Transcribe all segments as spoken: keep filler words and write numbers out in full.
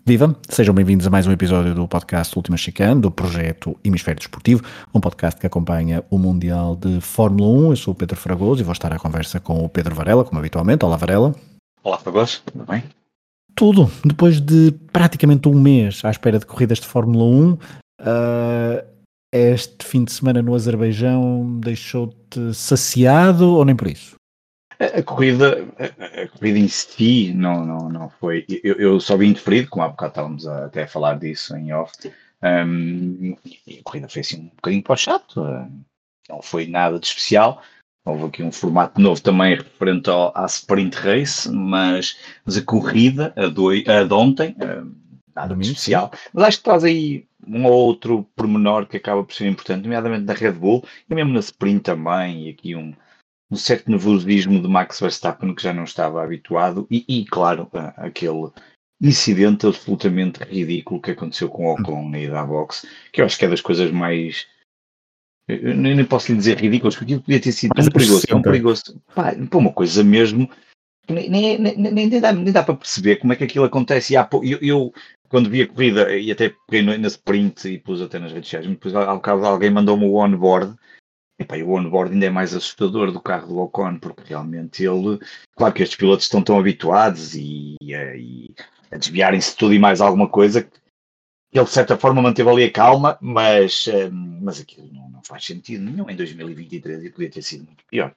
Viva! Sejam bem-vindos a mais um episódio do podcast Última Chicane, do projeto Hemisfério Desportivo, um podcast que acompanha o Mundial de Fórmula um. Eu sou o Pedro Fragoso e vou estar à conversa com o Pedro Varela, como habitualmente. Olá, Varela. Olá, Fragoso. Tudo bem? Tudo. Depois de praticamente um mês à espera de corridas de Fórmula um, uh, este fim de semana no Azerbaijão deixou-te saciado ou nem por isso? A, a corrida, a, a corrida em si não, não, não foi. Eu, eu só vi indeferido, como há bocado estávamos a, até a falar disso em off. Um, e a corrida foi assim um bocadinho para o chato, uh, não foi nada de especial. Houve aqui um formato novo também referente ao, à sprint race, mas, mas a corrida, a, do, a de ontem, uh, nada de especial. Mas acho que traz aí um ou outro pormenor que acaba por ser importante, nomeadamente na Red Bull e mesmo na sprint também, e aqui um. um certo nervosismo de Max Verstappen que já não estava habituado e, e claro, aquele incidente absolutamente ridículo que aconteceu com o Ocon na ida à boxe, que eu acho que é das coisas mais, eu nem posso lhe dizer ridículas, porque aquilo podia ter sido tão perigoso, tão perigoso, pá, pá, uma coisa mesmo, nem, nem, nem, nem, dá, nem dá para perceber como é que aquilo acontece. E há, eu, eu, quando vi a corrida, e até peguei na sprint e pus até nas redes sociais, depois ao bocado alguém mandou-me o on-board. Epá, e o on-board ainda é mais assustador do carro do Ocon, porque realmente ele, claro que estes pilotos estão tão habituados e, e, e a desviarem-se de tudo e mais alguma coisa, que ele de certa forma manteve ali a calma, mas, um, mas aquilo não, não faz sentido nenhum em dois mil e vinte e três e podia ter sido muito pior.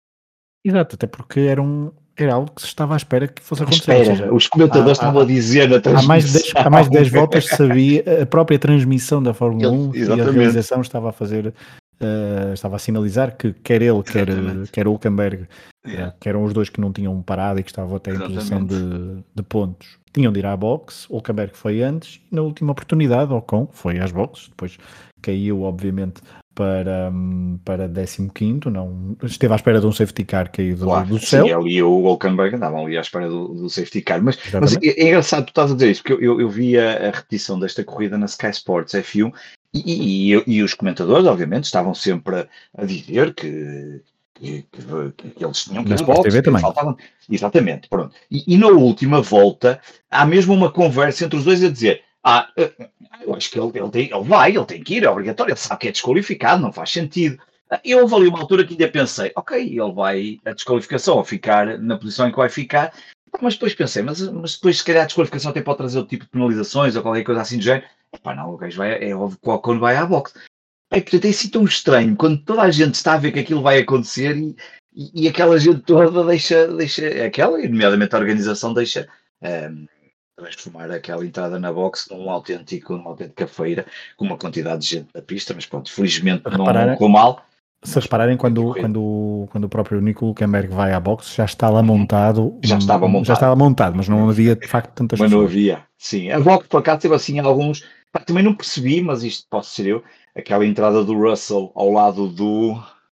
Exato, até porque era, um, era algo que se estava à espera que fosse acontecer. Espera, ou seja, os comentadores há, estavam há, a dizer na transmissão. Há mais, de dez, há mais de dez voltas sabia, a própria transmissão da Fórmula ele, um exatamente. E a realização estava a fazer... Uh, estava a sinalizar que quer ele, quer, quer o Hülkenberg, yeah. uh, que eram os dois que não tinham parado e que estavam até exatamente. Em posição de, de pontos, tinham de ir à boxe. O Hülkenberg foi antes e na última oportunidade, Ocon foi às boxes, depois caiu obviamente para, um, para décimo quinto, não, esteve à espera de um safety car caído claro, do céu. Sim, ele e o Hülkenberg andavam ali à espera do, do safety car, mas, mas é, é engraçado tu estás a dizer isso, porque eu, eu, eu vi a, a repetição desta corrida na Sky Sports F um. E, e, e os comentadores, obviamente, estavam sempre a, a dizer que, que, que, que eles tinham que ir boxe, T V também. Faltavam... Exatamente, pronto. E, e na última volta, há mesmo uma conversa entre os dois a dizer ah, eu acho que ele, ele, tem, ele vai, ele tem que ir, é obrigatório, ele sabe que é desqualificado, não faz sentido. Eu houve ali uma altura que ainda pensei, ok, ele vai a desqualificação ou ficar na posição em que vai ficar, mas depois pensei, mas, mas depois se calhar a desqualificação até pode trazer outro tipo de penalizações ou qualquer coisa assim do género. Epá, não, o gajo vai, é óbvio que o Ocon vai à boxe. É, portanto, é assim tão estranho quando toda a gente está a ver que aquilo vai acontecer e, e, e aquela gente toda deixa, deixa aquela, e nomeadamente a organização, deixa um, transformar aquela entrada na boxe num autêntico, numa autêntica feira, com uma quantidade de gente na pista, mas pronto, felizmente não ficou mal. Se repararem, quando, quando, quando o próprio Nico Hülkenberg vai à boxe, já está lá montado. Já estava montado. Já estava montado, mas não havia de facto tantas mas pessoas. Mas não havia, sim. A boxe, por acaso, teve assim alguns... Pá, também não percebi, mas isto posso ser eu, aquela entrada do Russell ao lado do...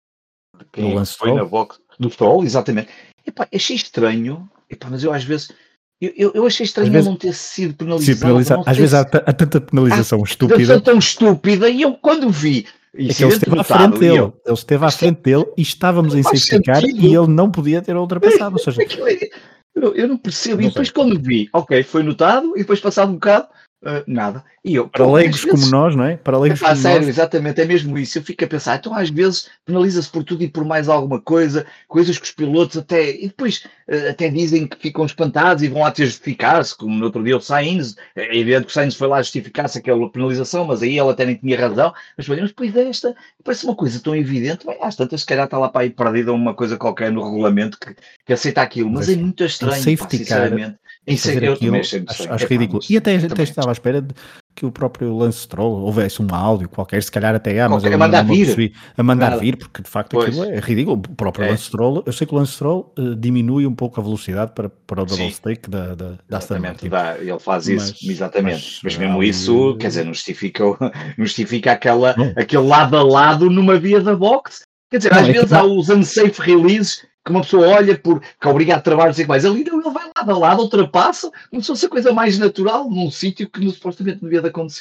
De quem do é Lance foi Stroll? Na boxe? Do Stroll, exatamente. Epá, achei estranho, epá, mas eu às vezes... Eu, eu, eu achei estranho ele não ter sido penalizado. Sim, penalizado. Às vezes há, t- há tanta penalização há, estúpida. tão estúpida, e eu quando vi... É que ele esteve à frente dele, eu... ele esteve à frente dele e estávamos em safety car e ele não podia ter ultrapassado. Ou seja, eu, eu não percebo. Não e depois sei. Quando vi, ok, foi notado, e depois passado um bocado, uh, nada. E eu, para leigos como nós, não é? Para leigos ah, como sério, nós. Exatamente, é mesmo isso. Eu fico a pensar, então às vezes penaliza-se por tudo e por mais alguma coisa, coisas que os pilotos até, e depois uh, até dizem que ficam espantados e vão lá ter justificar-se, como no outro dia o Sainz, é evidente que o Sainz foi lá justificar-se aquela penalização, mas aí ele até nem tinha razão, mas, mas depois desta, parece uma coisa tão evidente, bem, às tantas se calhar está lá para aí perdida uma coisa qualquer no regulamento que, que aceita aquilo, mas, mas é muito estranho, em safety pá, sinceramente. Em fazer eu aquilo, acho, acho ridículo. E até, até estava à espera de que o próprio Lance Stroll houvesse um áudio qualquer, se calhar até há, mas eu não, não percebi, a mandar Nada. vir, porque de facto pois. aquilo é ridículo. O próprio é. Lance Stroll, eu sei que o Lance Stroll uh, diminui um pouco a velocidade para, para o double Sim. stake da, da, da Aston Martin. Dá, ele faz isso, mas, exatamente. Mas, mas mesmo ali... isso, quer dizer, não justifica, não justifica aquela, aquele lado a lado numa via da boxe. Quer dizer, não, às é vezes há os unsafe releases que uma pessoa olha por que é obrigado a trabalhar, não sei o que mais. Ali não, ele vai lado a lado, ultrapassa, como se fosse a coisa mais natural num sítio que supostamente não devia de acontecer.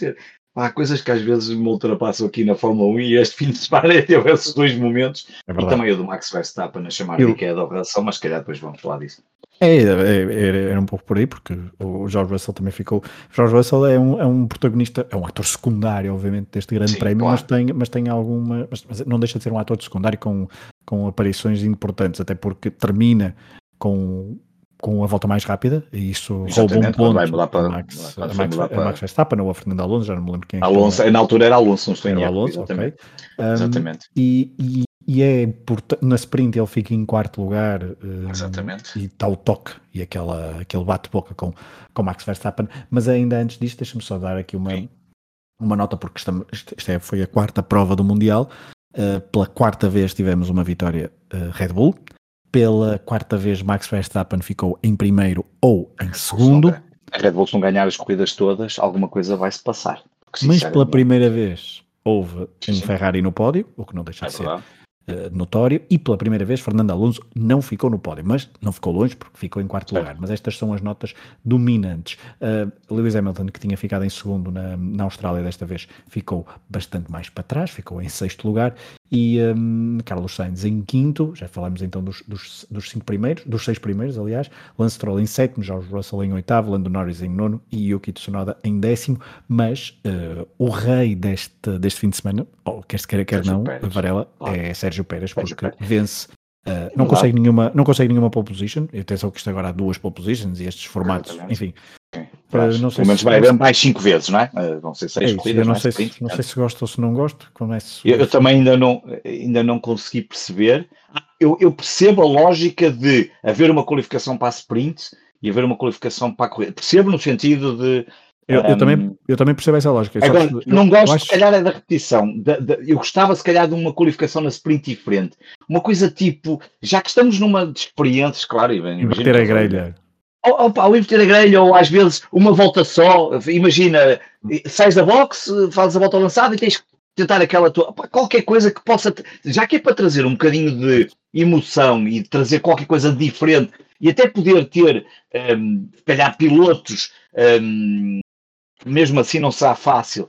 há coisas que às vezes me ultrapassam aqui na Fórmula um e este fim de semana teve esses dois momentos. É E também o do Max Verstappen a chamar Eu- Ricky da operação, mas se calhar depois vamos falar disso. É, é, era, era um pouco por aí, porque o George Russell também ficou. O George Russell é um, é um protagonista, é um ator secundário, obviamente, deste grande Sim, prémio, claro. mas tem, mas tem alguma. Mas, mas não deixa de ser um ator secundário com, com aparições importantes, até porque termina com, com a volta mais rápida, e isso rouba um Exatamente, quando vai ponto mudar para- a Max, quando a foi Max, mudar a para- Max Verstappen ou a Fernando Alonso, já não me lembro quem é que Alonso, estava- na altura era Alonso, não estou em Era o erro, Alonso, exatamente. ok. Um, Exatamente. E, e, e é porta- na sprint ele fica em quarto lugar, um, Exatamente. e está o toque e aquela, aquele bate-boca com, com Max Verstappen. Mas ainda antes disto, deixa-me só dar aqui uma, Sim. uma nota, porque estamos, isto isto é, foi a quarta prova do Mundial. Uh, pela quarta vez tivemos uma vitória uh, Red Bull. Pela quarta vez Max Verstappen ficou em primeiro ou em segundo. A Red Bull, se não ganhar as corridas todas, alguma coisa vai-se passar. Porque, Mas pela sinceramente, primeira vez houve um Sim. Ferrari no pódio, o que não deixa é de ser verdade. uh, notório, e pela primeira vez Fernando Alonso não ficou no pódio, mas não ficou longe porque ficou em quarto Certo. lugar. Mas estas são as notas dominantes. Uh, Lewis Hamilton, que tinha ficado em segundo na, na Austrália desta vez, ficou bastante mais para trás, ficou em sexto lugar, e um, Carlos Sainz em quinto. Já falamos então dos, dos, dos cinco primeiros, dos seis primeiros, aliás. Lance Stroll em sétimo, George Russell em oitavo, Lando Norris em nono e Yuki Tsunoda em décimo. Mas uh, o rei deste, deste fim de semana, ou quer se queira, quer Sérgio não, Pérez. Varela, Claro. é Sérgio Pérez, Sérgio porque Pérez. vence. Uh, não, Verdade. consegue nenhuma, não consegue nenhuma pole position. E atenção que isto agora há duas pole positions e estes formatos, Exatamente. enfim. Sim. Uh, não sei Pelo menos se- vai não sei- haver mais cinco vezes, não é? Uh, Vão ser é seis isso, corridas, eu não é? sei, se, Sprint, não sei portanto. se gosto ou se não gosto. Começo. Eu, eu também ainda não, ainda não consegui perceber. Eu, eu percebo a lógica de haver uma qualificação para a sprint e haver uma qualificação para a corrida. Percebo no sentido de. Eu, eu um, também, eu também percebo essa lógica. Só Agora, que eu- não eu gosto, acho- se calhar, é da repetição. Da- da- eu gostava, se calhar, de uma qualificação na sprint diferente. Uma coisa tipo, já que estamos numa de experiências, claro, imagina. Inverter a grelha. Ou, ou, pá, ou inverter a grelha, ou às vezes uma volta só. Imagina, sais da box, fazes a volta lançada e tens que tentar aquela tua. Pá, qualquer coisa que possa. Já que é para trazer um bocadinho de emoção e trazer qualquer coisa diferente e até poder ter, um, se calhar, pilotos, um, mesmo assim não será fácil.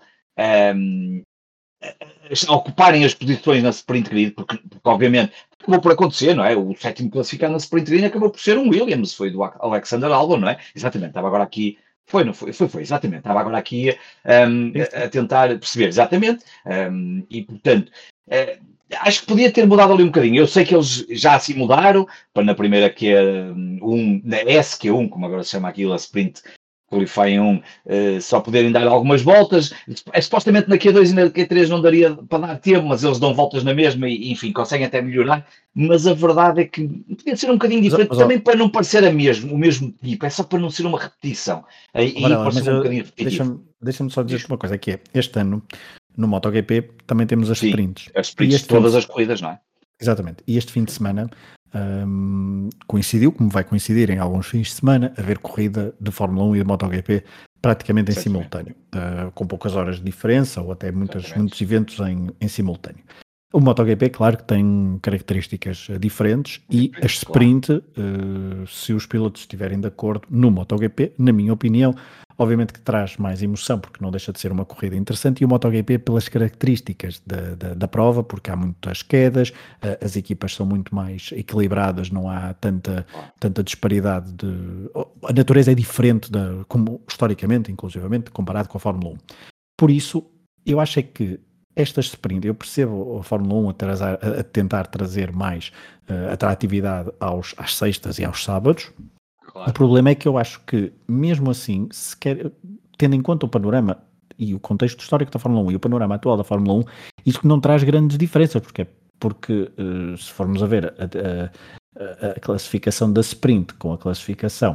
Um, ocuparem as posições na sprint grid, porque, porque obviamente acabou por acontecer, não é? O sétimo classificado na sprint grid acabou por ser um Williams, foi do Alexander Albon, não é? Exatamente, estava agora aqui, foi, não foi? Foi, foi, exatamente, estava agora aqui um, a, a tentar perceber, exatamente, um, e portanto, uh, acho que podia ter mudado ali um bocadinho. Eu sei que eles já se mudaram, para na primeira que é um, na S Q um, como agora se chama aquilo, a sprint Qualifying um, uh, só poderem dar algumas voltas. É, supostamente na Q dois e na Q três não daria para dar tempo, mas eles dão voltas na mesma e, enfim, conseguem até melhorar. Mas a verdade é que podia ser um bocadinho diferente, mas, também para não parecer a mesmo, o mesmo tipo, é só para não ser uma repetição. Aí, aí Varela, pode mas ser um eu- bocadinho repetitivo. deixa-me deixa-me só dizer-te uma coisa, que é, este ano, no MotoGP, também temos as Sim, sprints. as E sprints este de todas fim de- as corridas, não é? Exatamente. E este fim de semana hum, coincidiu, como vai coincidir em alguns fins de semana, haver corrida de Fórmula um e de MotoGP praticamente em Exatamente. simultâneo, uh, com poucas horas de diferença ou até muitas, Exatamente. muitos eventos em, em simultâneo. O MotoGP, claro que tem características uh, diferentes e a Diferentes, sprint, uh, se os pilotos estiverem de acordo no MotoGP, na minha opinião, obviamente que traz mais emoção, porque não deixa de ser uma corrida interessante, e o MotoGP pelas características da, da, da prova, porque há muitas quedas, uh, as equipas são muito mais equilibradas, não há tanta, tanta disparidade de... A natureza é diferente, da, como historicamente, inclusivamente, comparado com a Fórmula um. Por isso, eu acho é que estas sprint, eu percebo a Fórmula um a, trazer, a tentar trazer mais uh, atratividade aos, às sextas e aos sábados. Claro. O problema é que eu acho que, mesmo assim, se quer, tendo em conta o panorama e o contexto histórico da Fórmula um e o panorama atual da Fórmula um, isso não traz grandes diferenças, porque, porque uh, se formos a ver a, a, a classificação da sprint com a classificação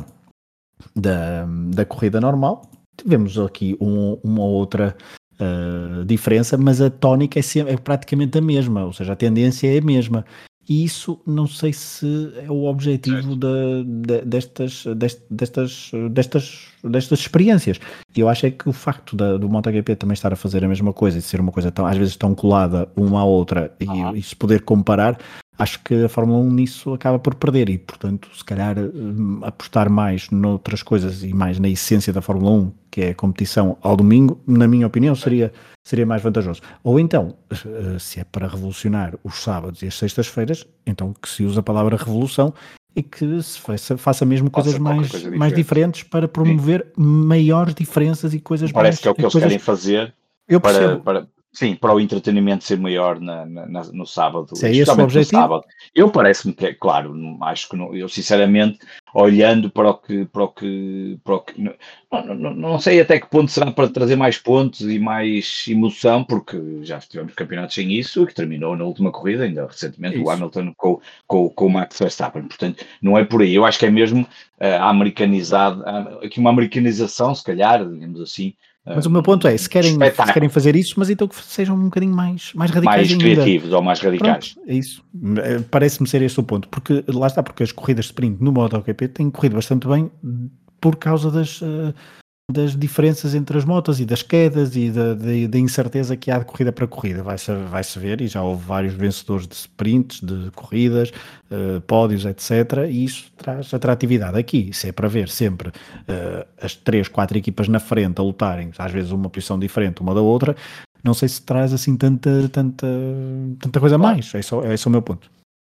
da, da corrida normal, tivemos aqui um, uma outra Uh, diferença, mas a tónica é, sempre, é praticamente a mesma, ou seja, a tendência é a mesma, e isso não sei se é o objetivo da, de, destas, dest, destas, destas, destas experiências. E eu acho é que o facto da, do MotoGP também estar a fazer a mesma coisa e ser uma coisa tão, às vezes tão colada uma à outra e, Uhum. e se poder comparar, acho que a Fórmula um nisso acaba por perder e, portanto, se calhar apostar mais noutras coisas e mais na essência da Fórmula um, que é a competição ao domingo, na minha opinião, seria, seria mais vantajoso. Ou então, se é para revolucionar os sábados e as sextas-feiras, então que se use a palavra revolução e que se faça, faça mesmo coisas mais, coisa mais diferentes para promover Sim. maiores diferenças e coisas Parece mais... que é o que eles coisas... querem fazer Eu para, para, sim, para o entretenimento ser maior na, na, no sábado. Se é esse o objetivo? Sábado. Eu parece-me que é, claro, acho que não, eu sinceramente, olhando para o que, para o que, para o que não, não, não sei até que ponto será para trazer mais pontos e mais emoção, porque já tivemos campeonatos sem isso, que terminou na última corrida, ainda recentemente, isso. O Hamilton com, com, com o Max Verstappen, portanto, não é por aí. Eu acho que é mesmo uh, americanizado, uh, aqui uma americanização, se calhar, digamos assim. Mas o meu ponto é, se querem, se querem fazer isso, mas então que sejam um bocadinho mais, mais radicais mais ainda. Mais criativos ou mais radicais. Pronto, é isso. Parece-me ser esse o ponto. Porque, lá está, porque as corridas de sprint no MotoGP têm corrido bastante bem por causa das, das diferenças entre as motas e das quedas e da, da, da incerteza que há de corrida para corrida. Vai-se, vai-se ver, e já houve vários vencedores de sprints, de corridas, uh, pódios, etcétera. E isso traz atratividade. Aqui, se é para ver sempre uh, as três, quatro equipas na frente a lutarem, às vezes uma posição diferente uma da outra, não sei se traz assim tanta, tanta, tanta coisa a mais. É só, é só o meu ponto.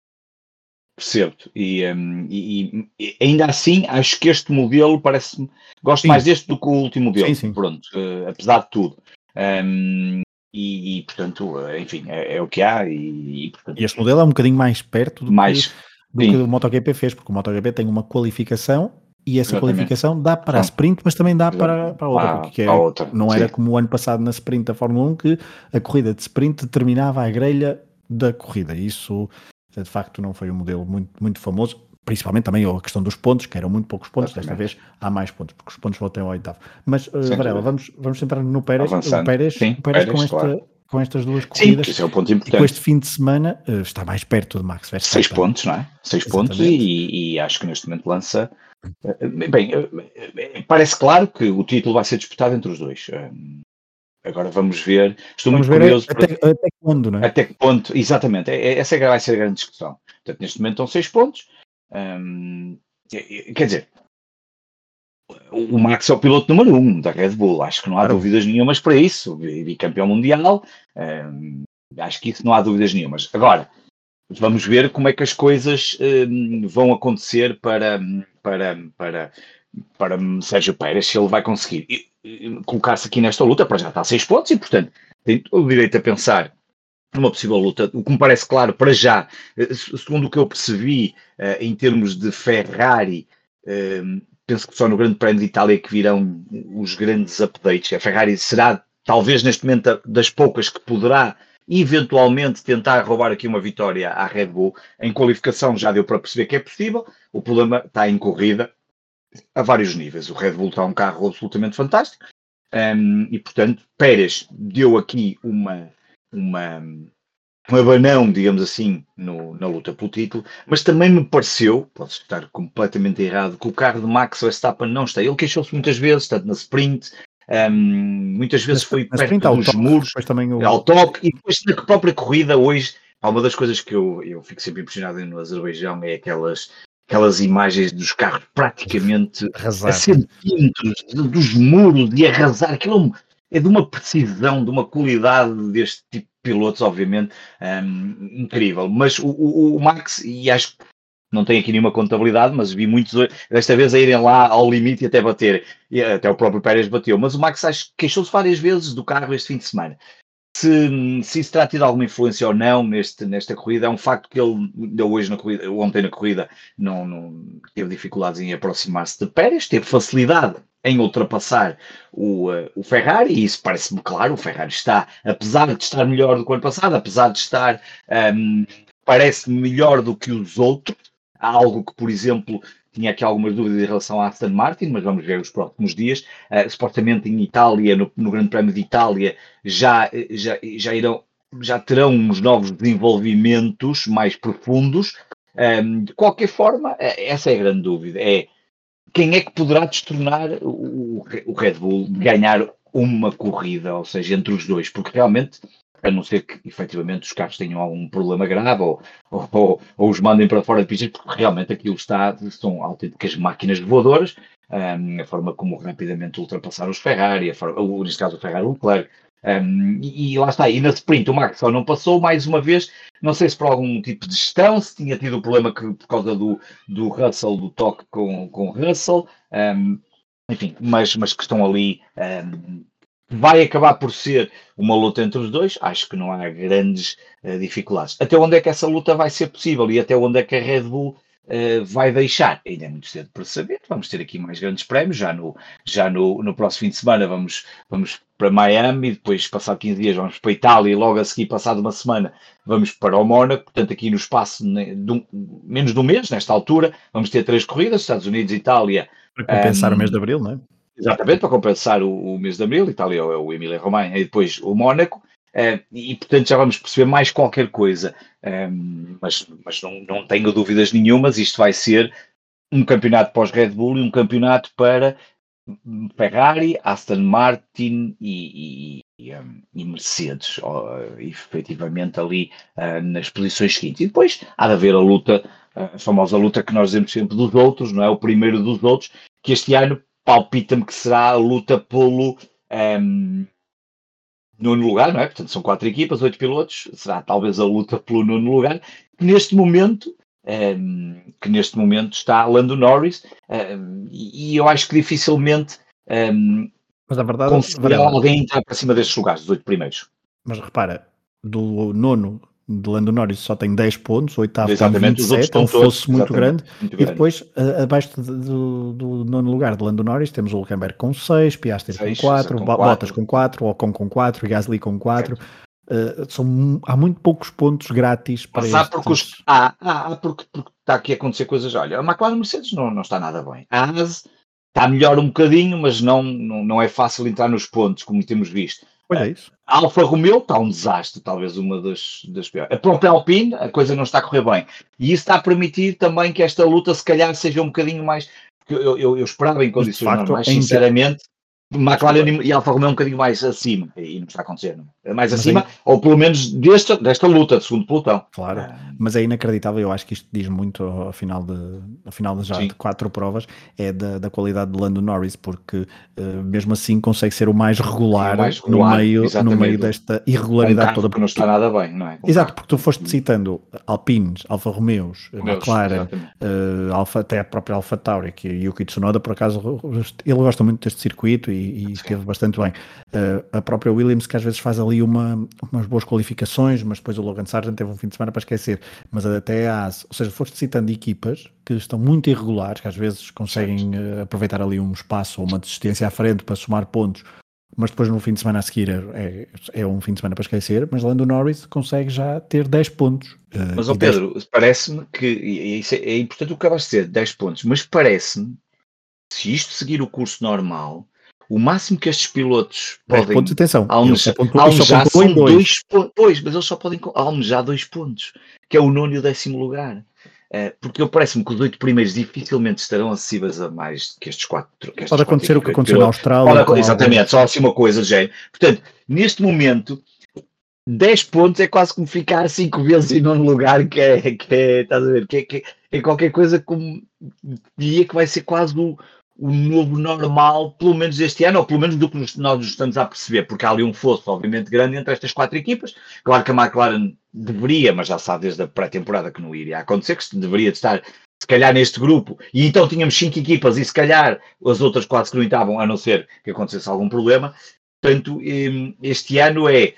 Percebo. E, um, e, e ainda assim, acho que este modelo parece-me... Gosto sim. mais deste do que o último modelo. Sim, sim. Pronto, uh, apesar de tudo. Um, e, e, portanto, uh, enfim, é, é o que há. E, e, portanto, e este modelo é um bocadinho mais perto do, mais, que, do que o MotoGP fez, porque o MotoGP tem uma qualificação e essa Exatamente. qualificação dá para a sprint, mas também dá para, para a outra, porque é, outra. não era Sim. como o ano passado na sprint da Fórmula um, que a corrida de sprint determinava a grelha da corrida. Isso, de facto, não foi um modelo muito, muito famoso, principalmente também a questão dos pontos, que eram muito poucos pontos, Exatamente. Desta vez há mais pontos, porque os pontos voltam ao oitavo. Mas, uh, Varela, vamos, vamos centrar no Pérez. Avançando. O Pérez, Sim, o Pérez, Pérez com, esta, claro. com estas duas corridas, Sim, isso é o ponto importante. E com este fim de semana, uh, está mais perto de Max Verstappen. Seis pontos, não é? Seis Exatamente. pontos e, e acho que neste momento lança... Bem, parece claro que o título vai ser disputado entre os dois. Agora vamos ver. Estou vamos muito ver curioso. Até, para... até quando, não é? Até que ponto, exatamente. Essa vai ser a grande discussão. Portanto, neste momento estão seis pontos. Hum, quer dizer, o Max é o piloto número um da Red Bull. Acho que não há claro. dúvidas nenhumas para isso. Bicampeão mundial. Hum, acho que isso não há dúvidas nenhumas. Agora, vamos ver como é que as coisas hum, vão acontecer para, para, para, para Sérgio Pérez, se ele vai conseguir colocar-se aqui nesta luta, para já está a seis pontos e, portanto, tem todo o direito a pensar numa possível luta. O que me parece claro, para já, segundo o que eu percebi, em termos de Ferrari, penso que só no Grande Prémio de Itália que virão os grandes updates. A Ferrari será, talvez, neste momento, das poucas que poderá eventualmente tentar roubar aqui uma vitória à Red Bull. Em qualificação já deu para perceber que é possível. O problema está em corrida a vários níveis. O Red Bull está um carro absolutamente fantástico um, e, portanto, Pérez deu aqui uma, uma, um abanão, digamos assim, no, na luta pelo título, mas também me pareceu, posso estar completamente errado, que o carro de Max Verstappen não está. Ele queixou-se muitas vezes, tanto na sprint, um, muitas vezes foi na perto sprint, dos toque, muros, também o... ao toque, e depois na própria corrida hoje, uma das coisas que eu, eu fico sempre impressionado no Azerbaijão é aquelas aquelas imagens dos carros praticamente arrasar. A centímetros dos muros e arrasar. Aquilo é de uma precisão, de uma qualidade deste tipo de pilotos, obviamente, um, incrível. Mas o, o, o Max, e acho que não tem aqui nenhuma contabilidade, mas vi muitos desta vez a irem lá ao limite e até bater. E até o próprio Pérez bateu. Mas o Max, acho que queixou-se várias vezes do carro este fim de semana. Se, se isso terá tido alguma influência ou não neste, nesta corrida, é um facto que ele, hoje na corrida, ontem na corrida, não, não teve dificuldades em aproximar-se de Pérez, teve facilidade em ultrapassar o, uh, o Ferrari, e isso parece-me claro. O Ferrari está, apesar de estar melhor do que o ano passado, apesar de estar, um, parece-me melhor do que os outros. Há algo que, por exemplo, tinha aqui algumas dúvidas em relação à Aston Martin, mas vamos ver os próximos dias. Uh, supostamente em Itália, no, no Grande Prémio de Itália, já, já, já, irão, já terão uns novos desenvolvimentos mais profundos. Um, de qualquer forma, essa é a grande dúvida. É quem é que poderá destornar o, o Red Bull de ganhar uma corrida, ou seja, entre os dois, porque realmente a não ser que efetivamente os carros tenham algum problema grave ou, ou, ou os mandem para fora de pistas, porque realmente aquilo está, são autênticas máquinas voadoras, um, a forma como rapidamente ultrapassaram os Ferrari, a forma, neste caso o Ferrari Leclerc, um, e, e lá está, e na sprint o Max só não passou mais uma vez, não sei se por algum tipo de gestão, se tinha tido o problema que, por causa do, do Russell, do toque com, com o Russell, um, enfim, mas, mas que estão ali... Um, vai acabar por ser uma luta entre os dois, acho que não há grandes uh, dificuldades. Até onde é que essa luta vai ser possível e até onde é que a Red Bull uh, vai deixar? Ainda é muito cedo para saber, vamos ter aqui mais grandes prémios, já no, já no, no próximo fim de semana vamos, vamos para Miami, depois passado quinze dias vamos para a Itália e logo a seguir, passado uma semana, vamos para o Mónaco, portanto aqui no espaço de um, menos de um mês, nesta altura, vamos ter três corridas, Estados Unidos, Itália... Para compensar um, o mês de Abril, não é? Exatamente, para compensar o, o mês de Abril, Itália é o Emília-Romanha e depois o Mónaco, eh, e portanto já vamos perceber mais qualquer coisa, eh, mas, mas não, não tenho dúvidas nenhumas, isto vai ser um campeonato pós-Red Bull e um campeonato para Ferrari, Aston Martin e, e, e, um, e Mercedes, uh, efetivamente ali uh, nas posições seguintes. E depois há de haver a luta, a famosa luta que nós dizemos sempre dos outros, não é? O primeiro dos outros, que este ano palpita-me que será a luta pelo um, nono lugar, não é? Portanto, são quatro equipas, oito pilotos, será talvez a luta pelo nono lugar, que neste momento, um, que neste momento está Lando Norris, um, e, e eu acho que dificilmente um, mas a verdade, conseguirá alguém entrar para cima destes lugares, dos oito primeiros. Mas repara, do nono de Lando Norris só tem dez pontos, o oitavo exatamente, tem vinte e sete, é um fosso muito grande, muito e grande. depois, a, abaixo de, do, do nono lugar de Lando Norris, temos o Hülkenberg com seis, Piastri seis, com quatro, com Bottas com quatro, Ocon com quatro, Gasly com quatro. Uh, são, há muito poucos pontos grátis para Mas há estes... porque, os, há, há, há porque, porque está aqui a acontecer coisas. Olha, a McLaren Mercedes não, não está nada bem. A Haas está melhor um bocadinho, mas não, não, não é fácil entrar nos pontos, como temos visto. Pois é isso. A Alfa Romeo está um desastre, talvez uma das, das piores. A própria Alpine, a coisa não está a correr bem. E isso está a permitir também que esta luta, se calhar, seja um bocadinho mais... Eu, eu, eu esperava em condições facto, normais, sinceramente... McLaren e Alfa Romeo um bocadinho mais acima, e não está acontecendo. Mais mas acima, aí... ou pelo menos desta, desta luta, de segundo pelotão. Claro, ah, mas é inacreditável, eu acho que isto diz muito ao final de, ao final de já sim. de quatro provas, é da, da qualidade de Lando Norris, porque uh, mesmo assim consegue ser o mais regular, mais regular no, meio, no meio desta irregularidade um toda. Porque não está nada bem, não é? Com exato, porque tu foste citando Alpines, Alfa Romeos, McLaren, uh, Alfa, até a própria Alfa Tauri, que Yuki Tsunoda, por acaso, ele gosta muito deste circuito e e esteve bastante bem. Uh, a própria Williams, que às vezes faz ali uma, umas boas qualificações, mas depois o Logan Sargent teve um fim de semana para esquecer. Mas até a AS, ou seja, foste citando equipas que estão muito irregulares, que às vezes conseguem uh, aproveitar ali um espaço ou uma desistência à frente para somar pontos, mas depois no fim de semana a seguir é, é um fim de semana para esquecer. Mas Lando Norris consegue já ter dez pontos. Uh, mas, ó Pedro, dez... parece-me que, e isso é, é importante o que acabaste de dizer, dez pontos, mas parece-me, se isto seguir o curso normal, o máximo que estes pilotos podem pontos, atenção, almejar, pontuou, almejar são dois. dois pontos. Pois, mas eles só podem almejar dois pontos, que é o nono e o décimo lugar. Uh, porque eu parece-me que os oito primeiros dificilmente estarão acessíveis a mais que estes quatro. Que estes pode acontecer quatro, o que aconteceu na Austrália. Pode, exatamente, algum... só assim uma coisa, gente. Portanto, neste momento, dez pontos é quase como ficar cinco vezes em nono lugar, que é, que é, estás a ver, que é, que é qualquer coisa como diria que vai ser quase o o novo normal, pelo menos este ano, ou pelo menos do que nós nos estamos a perceber, porque há ali um fosso, obviamente, grande entre estas quatro equipas. Claro que a McLaren deveria, mas já sabe desde a pré-temporada que não iria acontecer, que deveria estar, se calhar, neste grupo, e então tínhamos cinco equipas, e se calhar as outras quatro que não estavam, a não ser que acontecesse algum problema. Portanto, este ano é...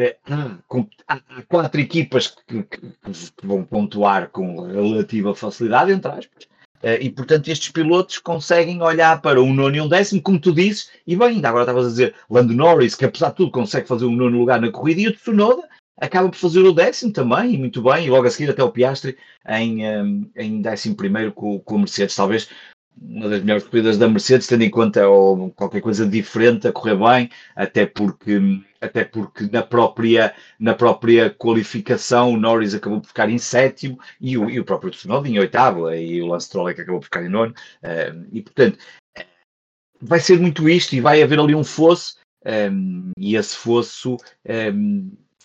há quatro equipas que, que, que vão pontuar com relativa facilidade, entre aspas, Uh, e, portanto, estes pilotos conseguem olhar para um nono e um décimo, como tu dizes, e bem, ainda agora estavas a dizer Lando Norris, que apesar de tudo consegue fazer um nono lugar na corrida, e o Tsunoda acaba por fazer o décimo também, e muito bem, e logo a seguir até o Piastri em, um, em décimo primeiro com, com o Mercedes, talvez uma das melhores corridas da Mercedes, tendo em conta ou qualquer coisa diferente a correr bem, até porque, até porque na, própria, na própria qualificação o Norris acabou por ficar em sétimo e o, e o próprio Tsunoda em oitavo, e o Lance Stroll é que acabou por ficar em nono, uh, e portanto vai ser muito isto e vai haver ali um fosso, um, e esse fosso um,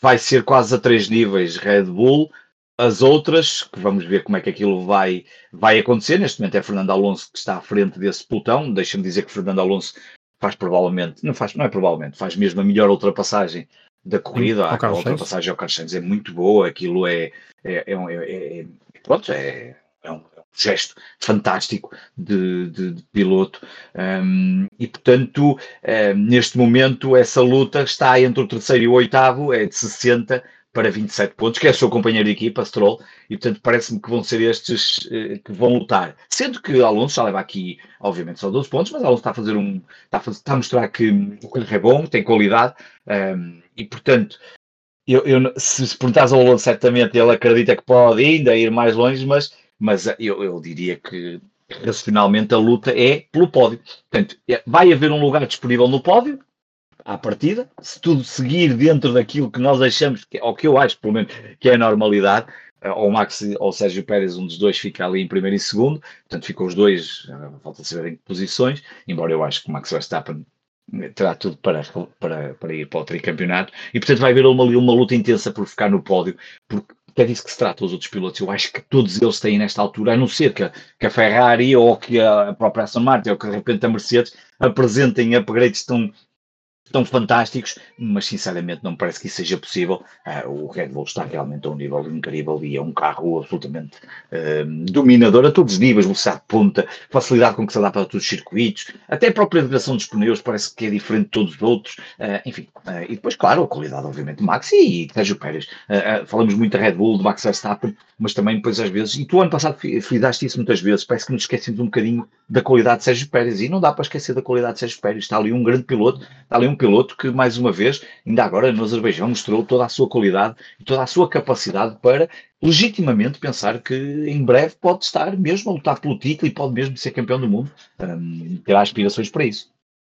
vai ser quase a três níveis Red Bull. As outras, que vamos ver como é que aquilo vai, vai acontecer, neste momento é Fernando Alonso que está à frente desse pelotão. Deixa-me dizer que Fernando Alonso faz provavelmente, não faz, não é provavelmente, faz mesmo a melhor ultrapassagem da corrida. Sim, Aquela ultrapassagem ao Carlos Sainz é muito boa, aquilo é, é, é, é, é pronto, é, é, um, é um gesto fantástico de, de, de piloto, um, e portanto um, neste momento essa luta está entre o terceiro e o oitavo, é de sessenta para vinte e sete pontos, que é o seu companheiro de equipa, Stroll, e portanto parece-me que vão ser estes eh, que vão lutar. Sendo que Alonso já leva aqui, obviamente, só doze pontos, mas Alonso está a fazer um. Está a, fazer, está a mostrar que o carro é bom, tem qualidade, um, e portanto, eu, eu, se, se perguntares ao Alonso, certamente ele acredita que pode ainda ir mais longe, mas, mas eu, eu diria que racionalmente a luta é pelo pódio. Portanto, vai haver um lugar disponível no pódio à partida, se tudo seguir dentro daquilo que nós achamos, que, ou que eu acho, pelo menos, que é a normalidade, ou o Max ou o Sérgio Pérez, um dos dois fica ali em primeiro e segundo, portanto ficam os dois, falta saber em que posições, embora eu acho que o Max Verstappen terá tudo para, para, para ir para o tricampeonato, e portanto vai haver uma, uma luta intensa por ficar no pódio, porque é disso que se trata os outros pilotos. Eu acho que todos eles têm nesta altura, a não ser que, que a Ferrari ou que a própria Aston Martin ou que de repente a Mercedes apresentem upgrades tão tão fantásticos, mas sinceramente não me parece que isso seja possível. Uh, o Red Bull está realmente a um nível incrível e é um carro absolutamente uh, dominador a todos os níveis, velocidade de ponta, facilidade com que se adapta a todos os circuitos, até a própria vibração dos pneus parece que é diferente de todos os outros, uh, enfim, uh, e depois, claro, a qualidade obviamente de Max e Sérgio Pérez. Uh, uh, falamos muito da Red Bull, de Max Verstappen, mas também depois às vezes, e tu ano passado fridaste isso muitas vezes, parece que nos esquecemos um bocadinho da qualidade de Sérgio Pérez, e não dá para esquecer da qualidade de Sérgio Pérez. Está ali um grande piloto, está ali um piloto que, mais uma vez, ainda agora no Azerbaijão, mostrou toda a sua qualidade e toda a sua capacidade para legitimamente pensar que em breve pode estar mesmo a lutar pelo título e pode mesmo ser campeão do mundo. Um, terá aspirações para isso.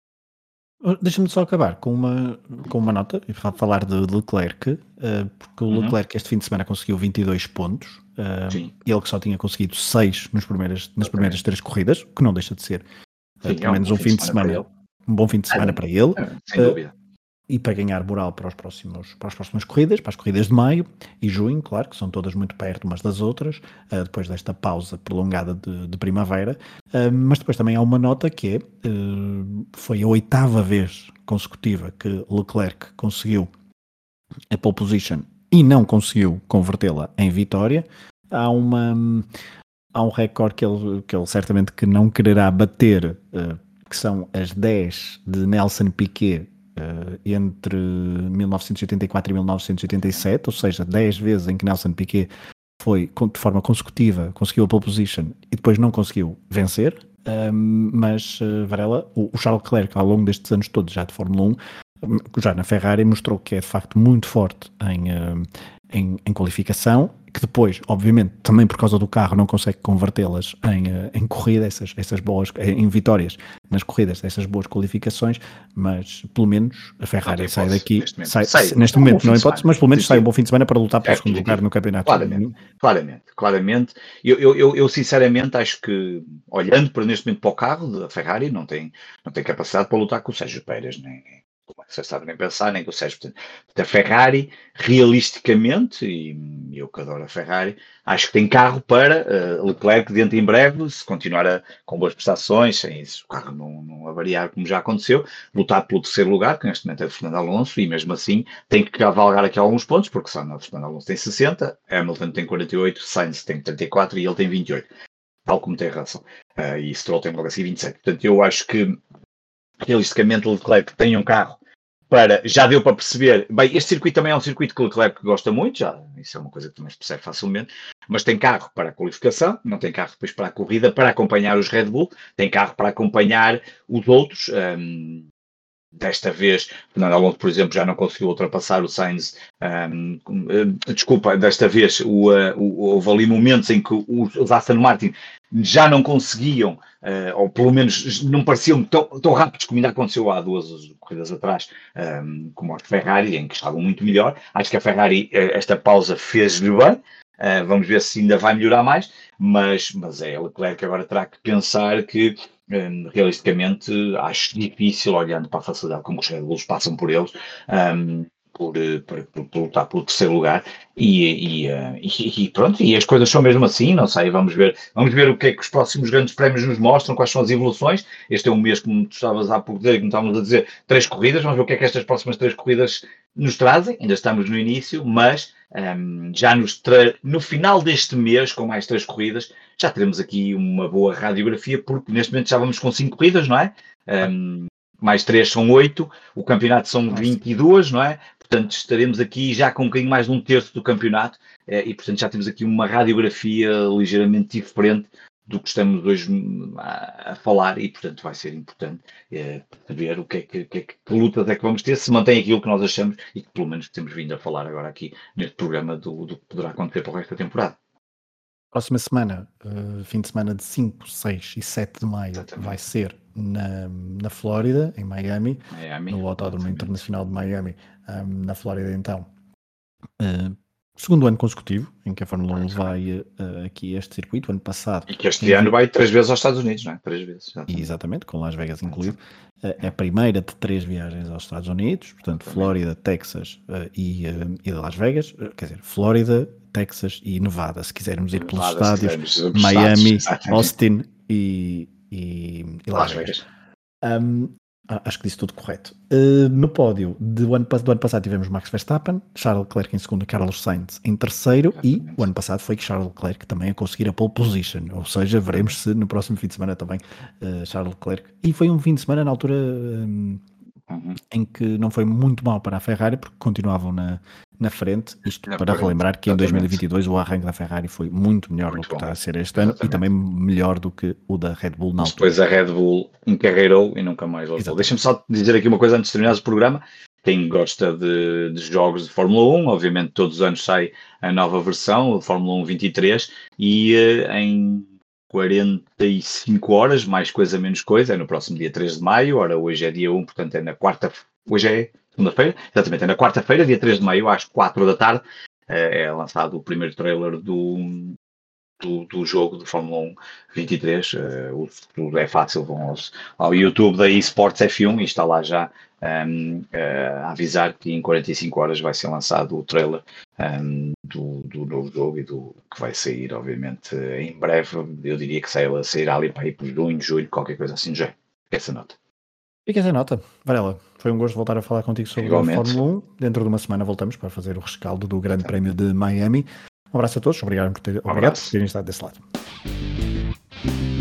Deixa-me só acabar com uma, com uma nota, e falar de Leclerc, uh, porque o Leclerc uhum. este fim de semana conseguiu vinte e dois pontos, uh, ele que só tinha conseguido seis nos primeiras, nas primeiras três corridas, que não deixa de ser uh, Sim, pelo é um menos um fim de semana, semana um bom fim de semana é, para ele, é, sem uh, dúvida. E para ganhar moral para, os próximos, para as próximas corridas, para as corridas de maio e junho, claro, que são todas muito perto umas das outras, uh, depois desta pausa prolongada de, de primavera, uh, mas depois também há uma nota que é, uh, foi a oitava vez consecutiva que Leclerc conseguiu a pole position e não conseguiu convertê-la em vitória. Há uma... Há um recorde que ele, que ele certamente que não quererá bater, uh, que são as dez de Nelson Piquet, Uh, entre mil novecentos e oitenta e quatro e mil novecentos e oitenta e sete, ou seja, dez vezes em que Nelson Piquet foi de forma consecutiva, conseguiu a pole position e depois não conseguiu vencer, um, mas uh, Varela, o, o Charles Leclerc ao longo destes anos todos já de Fórmula um, já na Ferrari mostrou que é de facto muito forte em, uh, em, em qualificação, que depois, obviamente, também por causa do carro não consegue convertê-las em, em corrida, essas, essas boas, em vitórias nas corridas, essas boas qualificações, mas pelo menos a Ferrari sai daqui, neste momento, sai, sai, neste momento não importa, mas pelo menos sai um bom fim de semana para lutar pelo é, segundo lugar no campeonato. Claramente, claramente, claramente. Eu, eu, eu, eu sinceramente acho que, olhando para neste momento para o carro da Ferrari, não tem, não tem capacidade para lutar com o Sérgio Pérez, nem como é que você sabe nem pensar, nem com o Sérgio. Portanto, a Ferrari, realisticamente, e eu que adoro a Ferrari, acho que tem carro para uh, Leclerc dentro em breve, se continuar a, com boas prestações, sem isso, o carro não, não avariar como já aconteceu, lutar pelo terceiro lugar, que neste momento é de Fernando Alonso, e mesmo assim tem que cavalgar aqui alguns pontos, porque só o Fernando Alonso tem sessenta, Hamilton tem quarenta e oito, Sainz tem trinta e quatro e ele tem vinte e oito, tal como tem razão, uh, e Stroll tem logo assim vinte e sete. Portanto, eu acho que realisticamente o Leclerc tem um carro para, já deu para perceber, bem, este circuito também é um circuito que o Leclerc gosta muito, já, isso é uma coisa que também se percebe facilmente, mas tem carro para a qualificação, não tem carro depois para a corrida, para acompanhar os Red Bull, tem carro para acompanhar os outros. Um, desta vez, Fernando Alonso, por exemplo, já não conseguiu ultrapassar o Sainz, um, um, desculpa, desta vez o, uh, o, houve ali momentos em que os, os Aston Martin já não conseguiam, uh, ou pelo menos não pareciam tão, tão rápidos como ainda aconteceu há duas corridas atrás, um, como a Ferrari, em que estavam muito melhor. Acho que a Ferrari, esta pausa fez-lhe bem, uh, vamos ver se ainda vai melhorar mais, mas, mas é o Leclerc que agora terá que pensar que Um, realisticamente acho difícil, olhando para a facilidade como os Red Bulls passam por eles, um, por, por, por, por lutar pelo terceiro lugar e, e, e, e pronto, e as coisas são mesmo assim, não sei, vamos ver, vamos ver o que é que os próximos grandes prémios nos mostram, quais são as evoluções. Este é um mês, como tu estavas há pouco dizer, como estávamos a dizer, três corridas, vamos ver o que é que estas próximas três corridas nos trazem, ainda estamos no início, mas um, já nos tra- no final deste mês, com mais três corridas, já teremos aqui uma boa radiografia, porque neste momento já vamos com cinco corridas, não é? Um, mais três são oito, o campeonato são vinte e duas, não é? Portanto, estaremos aqui já com um bocadinho mais de um terço do campeonato e, portanto, já temos aqui uma radiografia ligeiramente diferente do que estamos hoje a, a falar e, portanto, vai ser importante é, ver o que é que, que, que lutas é que vamos ter, se mantém aquilo que nós achamos e que, pelo menos, temos vindo a falar agora aqui neste programa do, do que poderá acontecer para o resto da temporada. Próxima semana, uh, fim de semana de cinco, seis e sete de maio, exatamente, vai ser na, na Flórida, em Miami, Miami no Autódromo Internacional de Miami, um, na Flórida, então. Uh, segundo ano consecutivo em que a Fórmula um vai uh, aqui a este circuito. Ano passado, e que este ano vai três vezes aos Estados Unidos, não é? Três vezes. Exatamente, exatamente, com Las Vegas incluído. Uh, é a primeira de três viagens aos Estados Unidos, portanto, exatamente, Flórida, Texas uh, e, uh, e Las Vegas, uh, quer dizer, Flórida, Texas e Nevada, se quisermos ir Nevada, pelos estádios, Miami, estados, Austin e, e, e Las, Las Vegas. Vegas. Um, acho que disse tudo correto. Uh, no pódio do ano, do ano passado tivemos Max Verstappen, Charles Leclerc em segundo, Carlos Sainz em terceiro. Exatamente. E o ano passado foi que Charles Leclerc também a conseguir a pole position, ou seja, veremos se no próximo fim de semana também uh, Charles Leclerc. E foi um fim de semana na altura um, uhum. em que não foi muito mal para a Ferrari, porque continuavam na, na frente, isto na para frente, relembrar que exatamente, em dois mil e vinte e dois o arranque da Ferrari foi muito melhor muito do que bom, está a ser este exatamente, ano e também melhor do que o da Red Bull na altura. Depois a Red Bull encarreirou e nunca mais voltou. Deixa-me só dizer aqui uma coisa antes de terminar o programa. Quem gosta de, de jogos de Fórmula um, obviamente todos os anos sai a nova versão, Fórmula um vinte e três, e uh, em quarenta e cinco horas, mais coisa menos coisa, é no próximo dia três de maio, ora hoje é dia um, portanto é na quarta, hoje é segunda-feira, exatamente, é na quarta-feira, dia três de maio, às quatro da tarde, é lançado o primeiro trailer do, do, do jogo de Fórmula um vinte e três. Uh, o, é fácil, vão aos, ao YouTube da eSports F um e está lá já um, uh, a avisar que em quarenta e cinco horas vai ser lançado o trailer um, do, do novo jogo e do que vai sair, obviamente, em breve. Eu diria que sairá, sairá ali para ir por junho, julho, qualquer coisa assim já. Essa nota. Fica essa nota. Varela, foi um gosto voltar a falar contigo sobre Igualmente. a Fórmula um. Dentro de uma semana voltamos para fazer o rescaldo do Grande Prémio de Miami. Um abraço a todos, obrigado por, ter, um obrigado por terem estado desse lado.